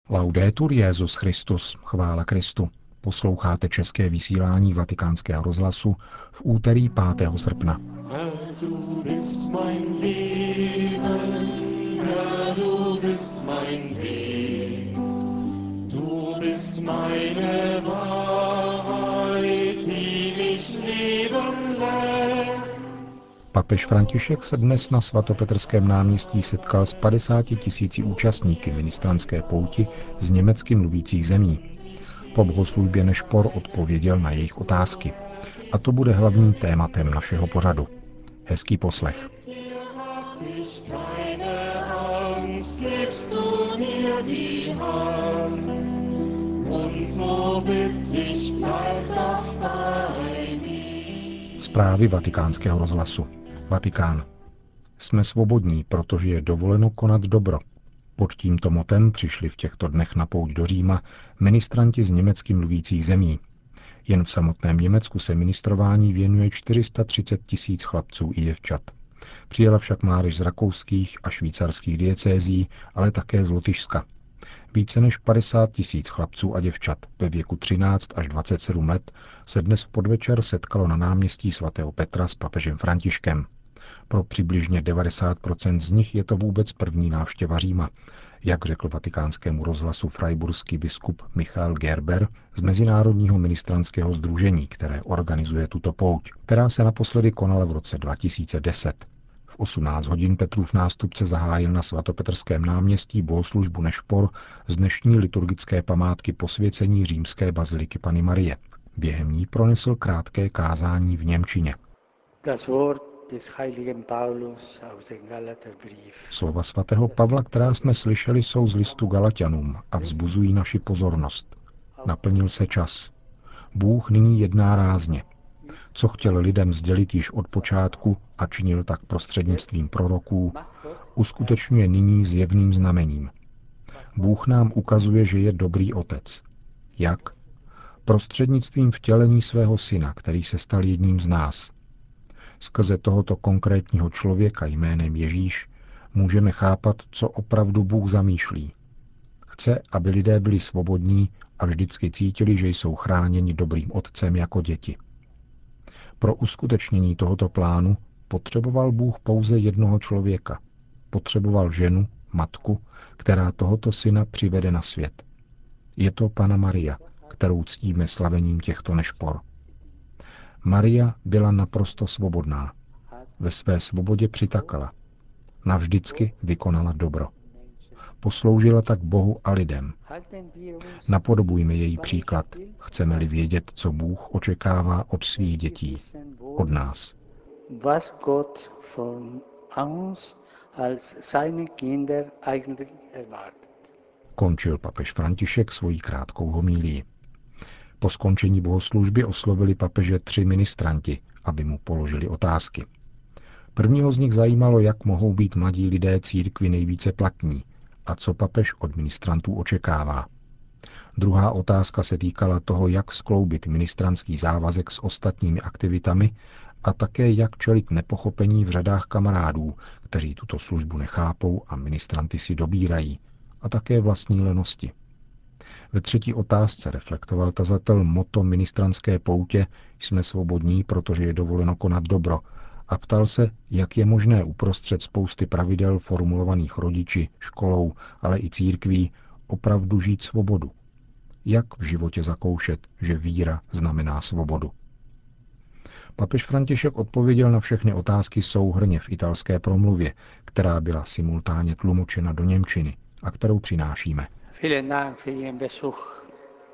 Laudetur Jesus Christus, chvála Kristu. Posloucháte české vysílání Vatikánského rozhlasu v úterý 5. srpna. Herr, du bist mein Leben, Herr, du bist mein Weg, du bist meine Wahrheit, die mich leben lässt. Papež František se dnes na svatopetrském náměstí setkal s 50 000 účastníky ministrantské pouti z německy mluvících zemí. Po bohoslužbě Nešpor odpověděl na jejich otázky. A to bude hlavním tématem našeho pořadu. Hezký poslech. Zprávy Vatikánského rozhlasu. Vatikán. Jsme svobodní, protože je dovoleno konat dobro. Pod tímto motem přišli v těchto dnech na pouť do Říma ministranti z německy mluvících zemí. Jen v samotném Německu se ministrování věnuje 430 000 chlapců i děvčat. Přijela však mládež z rakouských a švýcarských diecézí, ale také z Lotyšska. Více než 50 000 chlapců a děvčat ve věku 13 až 27 let se dnes v podvečer setkalo na náměstí sv. Petra s papežem Františkem. Pro přibližně 90% z nich je to vůbec první návštěva Říma, jak řekl Vatikánskému rozhlasu freiburský biskup Michael Gerber z Mezinárodního ministrantského sdružení, které organizuje tuto pouť, která se naposledy konala v roce 2010. V 18 hodin Petrův nástupce zahájil na svatopetrském náměstí bohoslužbu Nešpor z dnešní liturgické památky posvěcení římské baziliky Panny Marie. Během ní pronesl krátké kázání v němčině. Slova svatého Pavla, která jsme slyšeli, jsou z listu Galatianům a vzbuzují naši pozornost. Naplnil se čas. Bůh nyní jedná rázně. Co chtěl lidem sdělit již od počátku a činil tak prostřednictvím proroků, uskutečňuje nyní zjevným znamením. Bůh nám ukazuje, že je dobrý otec. Jak? Prostřednictvím vtělení svého syna, který se stal jedním z nás. Skrze tohoto konkrétního člověka jménem Ježíš můžeme chápat, co opravdu Bůh zamýšlí. Chce, aby lidé byli svobodní a vždycky cítili, že jsou chráněni dobrým otcem jako děti. Pro uskutečnění tohoto plánu potřeboval Bůh pouze jednoho člověka. Potřeboval ženu, matku, která tohoto syna přivede na svět. Je to Panna Maria, kterou ctíme slavením těchto nešpor. Maria byla naprosto svobodná. Ve své svobodě přitakala. Navždycky vykonala dobro. Posloužila tak Bohu a lidem. Napodobujme její příklad, chceme-li vědět, co Bůh očekává od svých dětí, od nás. Končil papež František svoji krátkou homílii. Po skončení bohoslužby oslovili papeže 3 ministranti, aby mu položili otázky. Prvního z nich zajímalo, jak mohou být mladí lidé církvi nejvíce platní a co papež od ministrantů očekává. Druhá otázka se týkala toho, jak skloubit ministrantský závazek s ostatními aktivitami a také jak čelit nepochopení v řadách kamarádů, kteří tuto službu nechápou a ministranty si dobírají, a také vlastní lenosti. Ve třetí otázce reflektoval tazatel motto ministrantské poutě Jsme svobodní, protože je dovoleno konat dobro, a ptal se, jak je možné uprostřed spousty pravidel formulovaných rodiči, školou, ale i církví opravdu žít svobodu. Jak v životě zakoušet, že víra znamená svobodu. Papež František odpověděl na všechny otázky souhrnně v italské promluvě, která byla simultánně tlumočena do němčiny a kterou přinášíme. Vielen Dank für Ihren Besuch.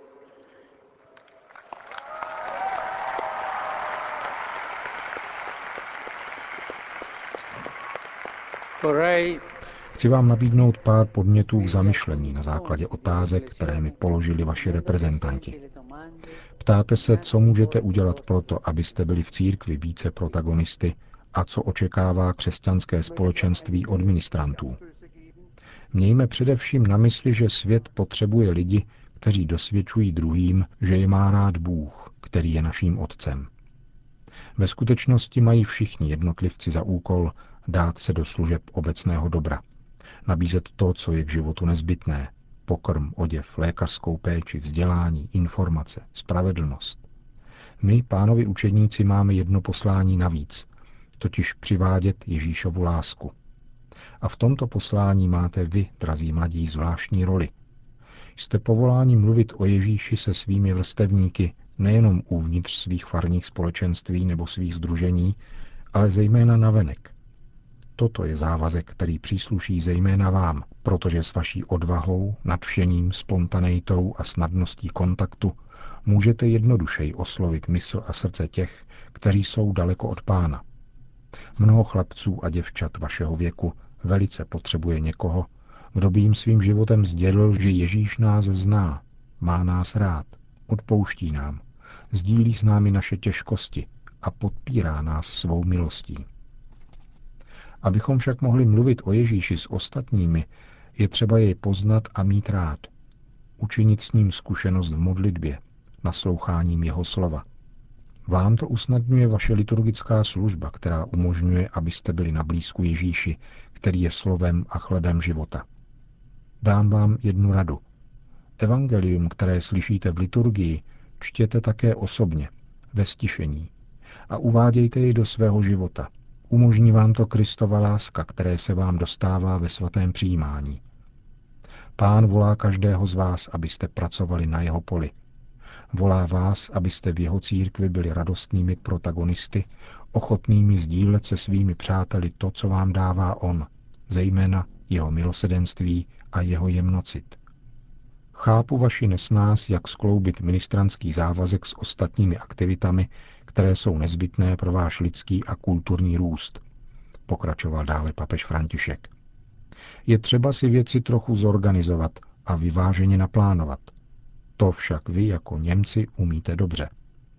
Chci vám nabídnout pár podnětů k zamyšlení na základě otázek, které mi položili vaši reprezentanti. Ptáte se, co můžete udělat proto, abyste byli v církvi více protagonisty a co očekává křesťanské společenství od ministrantů. Mějme především na mysli, že svět potřebuje lidi, kteří dosvědčují druhým, že je má rád Bůh, který je naším Otcem. Ve skutečnosti mají všichni jednotlivci za úkol dát se do služeb obecného dobra, nabízet to, co je k životu nezbytné, pokrm, oděv, lékařskou péči, vzdělání, informace, spravedlnost. My, Pánovi učedníci, máme jedno poslání navíc, totiž přivádět Ježíšovu lásku. A v tomto poslání máte vy, drazí mladí, zvláštní roli. Jste povoláni mluvit o Ježíši se svými vrstevníky nejenom uvnitř svých farních společenství nebo svých sdružení, ale zejména navenek. Toto je závazek, který přísluší zejména vám, protože s vaší odvahou, nadšením, spontaneitou a snadností kontaktu můžete jednodušeji oslovit mysl a srdce těch, kteří jsou daleko od Pána. Mnoho chlapců a děvčat vašeho věku velice potřebuje někoho, kdo by jim svým životem sdělil, že Ježíš nás zná, má nás rád, odpouští nám, sdílí s námi naše těžkosti a podpírá nás svou milostí. Abychom však mohli mluvit o Ježíši s ostatními, je třeba jej poznat a mít rád. Učinit s ním zkušenost v modlitbě, nasloucháním jeho slova. Vám to usnadňuje vaše liturgická služba, která umožňuje, abyste byli na blízku Ježíši, který je slovem a chlebem života. Dám vám jednu radu. Evangelium, které slyšíte v liturgii, čtěte také osobně, ve stišení, a uvádějte jej do svého života. Umožní vám to Kristova láska, které se vám dostává ve svatém přijímání. Pán volá každého z vás, abyste pracovali na jeho poli. Volá vás, abyste v jeho církvi byli radostnými protagonisty, ochotnými sdílet se svými přáteli to, co vám dává on, zejména jeho milosedenství a jeho jemnocit. Chápu vaši nesnáz, jak skloubit ministrantský závazek s ostatními aktivitami, které jsou nezbytné pro váš lidský a kulturní růst, pokračoval dále papež František. Je třeba si věci trochu zorganizovat a vyváženě naplánovat. To však vy jako Němci umíte dobře.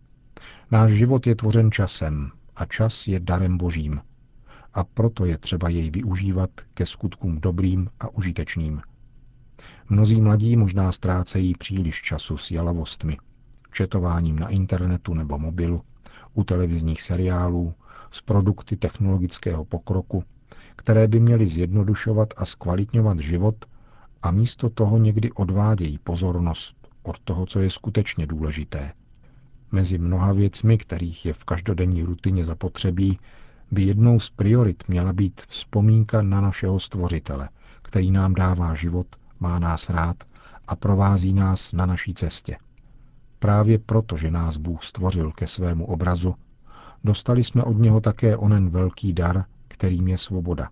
Náš život je tvořen časem a čas je darem božím. A proto je třeba jej využívat ke skutkům dobrým a užitečným. Mnozí mladí možná ztrácejí příliš času s jalavostmi, četováním na internetu nebo mobilu, u televizních seriálů, s produkty technologického pokroku, které by měly zjednodušovat a zkvalitňovat život, a místo toho někdy odvádějí pozornost od toho, co je skutečně důležité. Mezi mnoha věcmi, kterých je v každodenní rutině zapotřebí, by jednou z priorit měla být vzpomínka na našeho Stvořitele, který nám dává život, má nás rád a provází nás na naší cestě. Právě proto, že nás Bůh stvořil ke svému obrazu, dostali jsme od něho také onen velký dar, kterým je svoboda.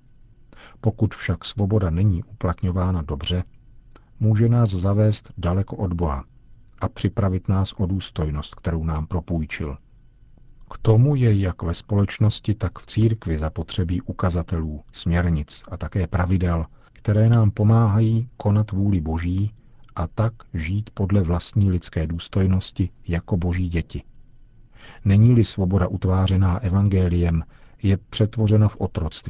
Pokud však svoboda není uplatňována dobře, může nás zavést daleko od Boha a připravit nás o důstojnost, kterou nám propůjčil. K tomu je jak ve společnosti, tak v církvi zapotřebí ukazatelů, směrnic a také pravidel, které nám pomáhají konat vůli Boží a tak žít podle vlastní lidské důstojnosti jako Boží děti. Není-li svoboda utvářená evangeliem, je přetvořena v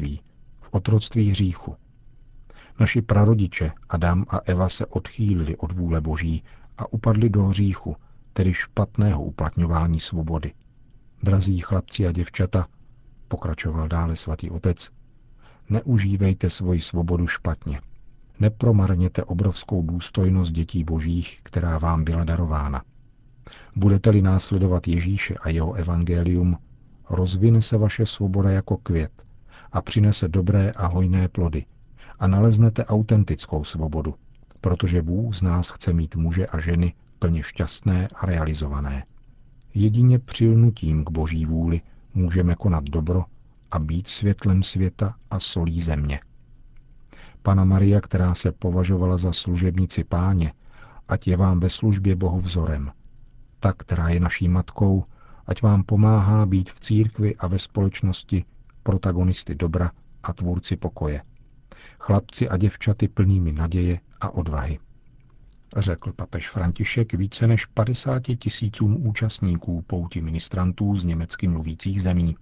otroctví hříchu. Naši prarodiče Adam a Eva se odchýlili od vůle Boží a upadli do hříchu, tedy špatného uplatňování svobody. Drazí chlapci a děvčata, pokračoval dále svatý otec, neužívejte svoji svobodu špatně. Nepromarněte obrovskou důstojnost dětí božích, která vám byla darována. Budete-li následovat Ježíše a jeho evangelium, rozvine se vaše svoboda jako květ a přinese dobré a hojné plody a naleznete autentickou svobodu, protože Bůh z nás chce mít muže a ženy plně šťastné a realizované. Jedině přilnutím k Boží vůli můžeme konat dobro a být světlem světa a solí země. Panna Maria, která se považovala za služebnici Páně, ať je vám ve službě Bohu vzorem. Ta, která je naší matkou, ať vám pomáhá být v církvi a ve společnosti protagonisty dobra a tvůrci pokoje. Chlapci a děvčaty plnými naděje a odvahy. Řekl papež František více než 50 000 účastníků pouti ministrantů z německy mluvících zemí.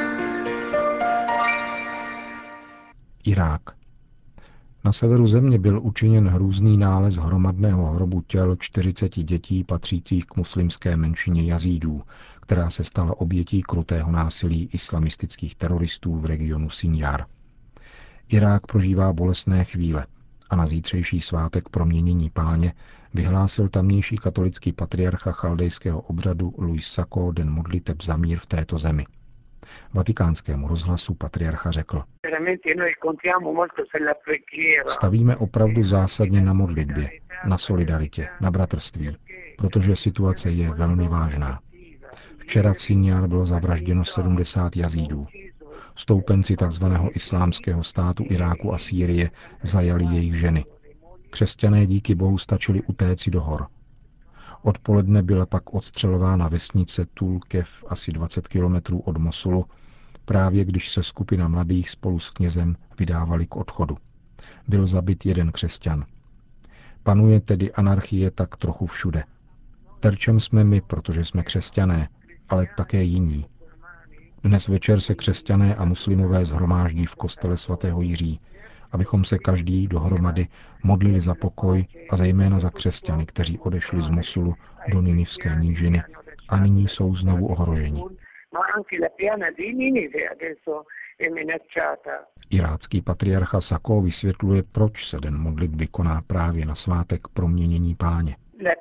Irák. Na severu země byl učiněn hrůzný nález hromadného hrobu těl 40 dětí patřících k muslimské menšině Jazídů, která se stala obětí krutého násilí islamistických teroristů v regionu Sinjar. Irák prožívá bolestné chvíle A na zítřejší svátek Proměnění Páně vyhlásil tamnější katolický patriarcha chaldejského obřadu Luis Sacco den modliteb za mír v této zemi. Vatikánskému rozhlasu patriarcha řekl: Stavíme opravdu zásadně na modlitbě, na solidaritě, na bratrství, protože situace je velmi vážná. Včera v Sinjar bylo zavražděno 70 jazídů. Stoupenci tzv. Islámského státu Iráku a Sýrie zajali jejich ženy. Křesťané díky Bohu stačili utéci do hor. Odpoledne byla pak odstřelována vesnice Tulkev asi 20 kilometrů od Mosulu, právě když se skupina mladých spolu s knězem vydávali k odchodu. Byl zabit jeden křesťan. Panuje tedy anarchie tak trochu všude. Terčem jsme my, protože jsme křesťané, ale také jiní. Dnes večer se křesťané a muslimové shromáždí v kostele svatého Jiří, abychom se každý dohromady modlili za pokoj a zejména za křesťany, kteří odešli z Mosulu do Ninivské nížiny a nyní jsou znovu ohroženi. Irácký patriarcha Sacco vysvětluje, proč se den modlitby koná právě na svátek Proměnění Páně.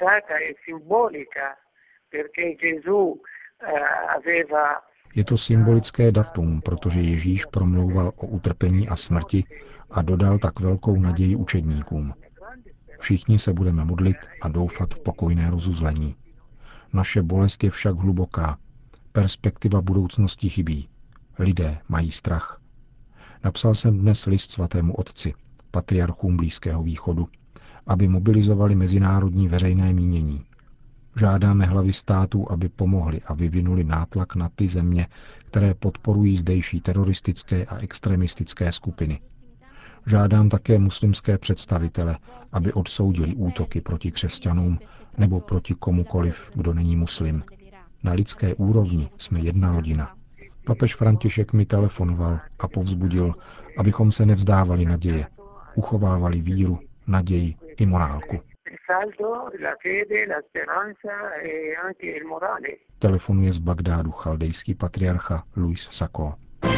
Je to symbolické datum, protože Ježíš promlouval o utrpení a smrti a dodal tak velkou naději učedníkům. Všichni se budeme modlit a doufat v pokojné rozuzlení. Naše bolest je však hluboká. Perspektiva budoucnosti chybí. Lidé mají strach. Napsal jsem dnes list svatému otci, patriarchům Blízkého východu, aby mobilizovali mezinárodní veřejné mínění. Žádáme hlavy států, aby pomohli a vyvinuli nátlak na ty země, které podporují zdejší teroristické a extremistické skupiny. Žádám také muslimské představitele, aby odsoudili útoky proti křesťanům nebo proti komukoliv, kdo není muslim. Na lidské úrovni jsme jedna rodina. Papež František mi telefonoval a povzbudil, abychom se nevzdávali naděje, uchovávali víru, naději i morálku. Telefonuje z Bagdádu chaldejský patriarcha Luis Sacco.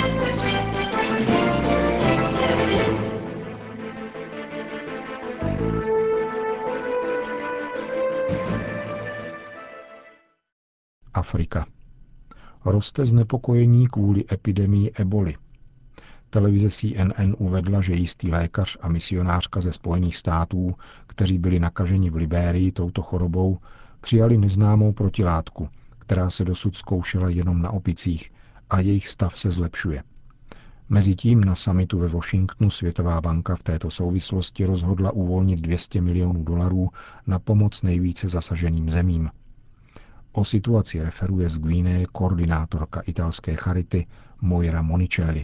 Afrika. Roste znepokojení kvůli epidemii eboli. Televize CNN uvedla, že jistý lékař a misionářka ze Spojených států, kteří byli nakaženi v Libérii touto chorobou, přijali neznámou protilátku, která se dosud zkoušela jenom na opicích a jejich stav se zlepšuje. Mezitím na summitu ve Washingtonu Světová banka v této souvislosti rozhodla uvolnit $200 milionů na pomoc nejvíce zasaženým zemím. O situaci referuje z Guineje koordinátorka italské charity Moira Monicelli.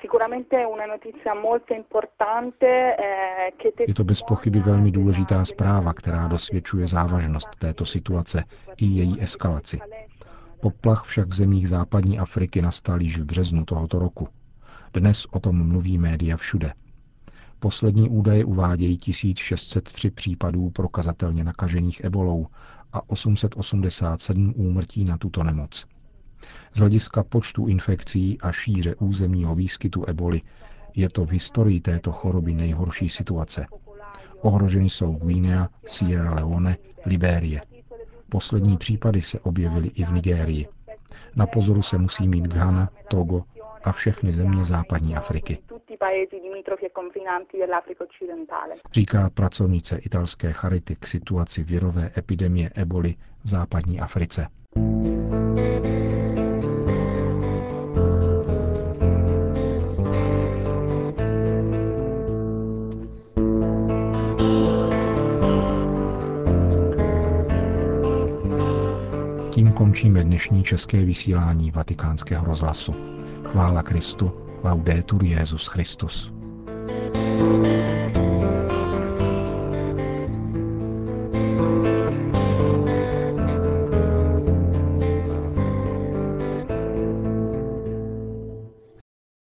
Je to bez pochyby velmi důležitá zpráva, která dosvědčuje závažnost této situace i její eskalaci. Poplach však v zemích západní Afriky nastal již v březnu tohoto roku. Dnes o tom mluví média všude. Poslední údaje uvádějí 1603 případů prokazatelně nakažených ebolou a 887 úmrtí na tuto nemoc. Z hlediska počtu infekcí a šíře územního výskytu eboli je to v historii této choroby nejhorší situace. Ohroženy jsou Guinea, Sierra Leone, Libérie. Poslední případy se objevily i v Nigérii. Na pozoru se musí mít Ghana, Togo a všechny země západní Afriky. Říká pracovnice italské charity k situaci virové epidemie eboli v západní Africe. Tím končíme dnešní české vysílání Vatikánského rozhlasu. Chvála Kristu, laudetur Jesus Christus.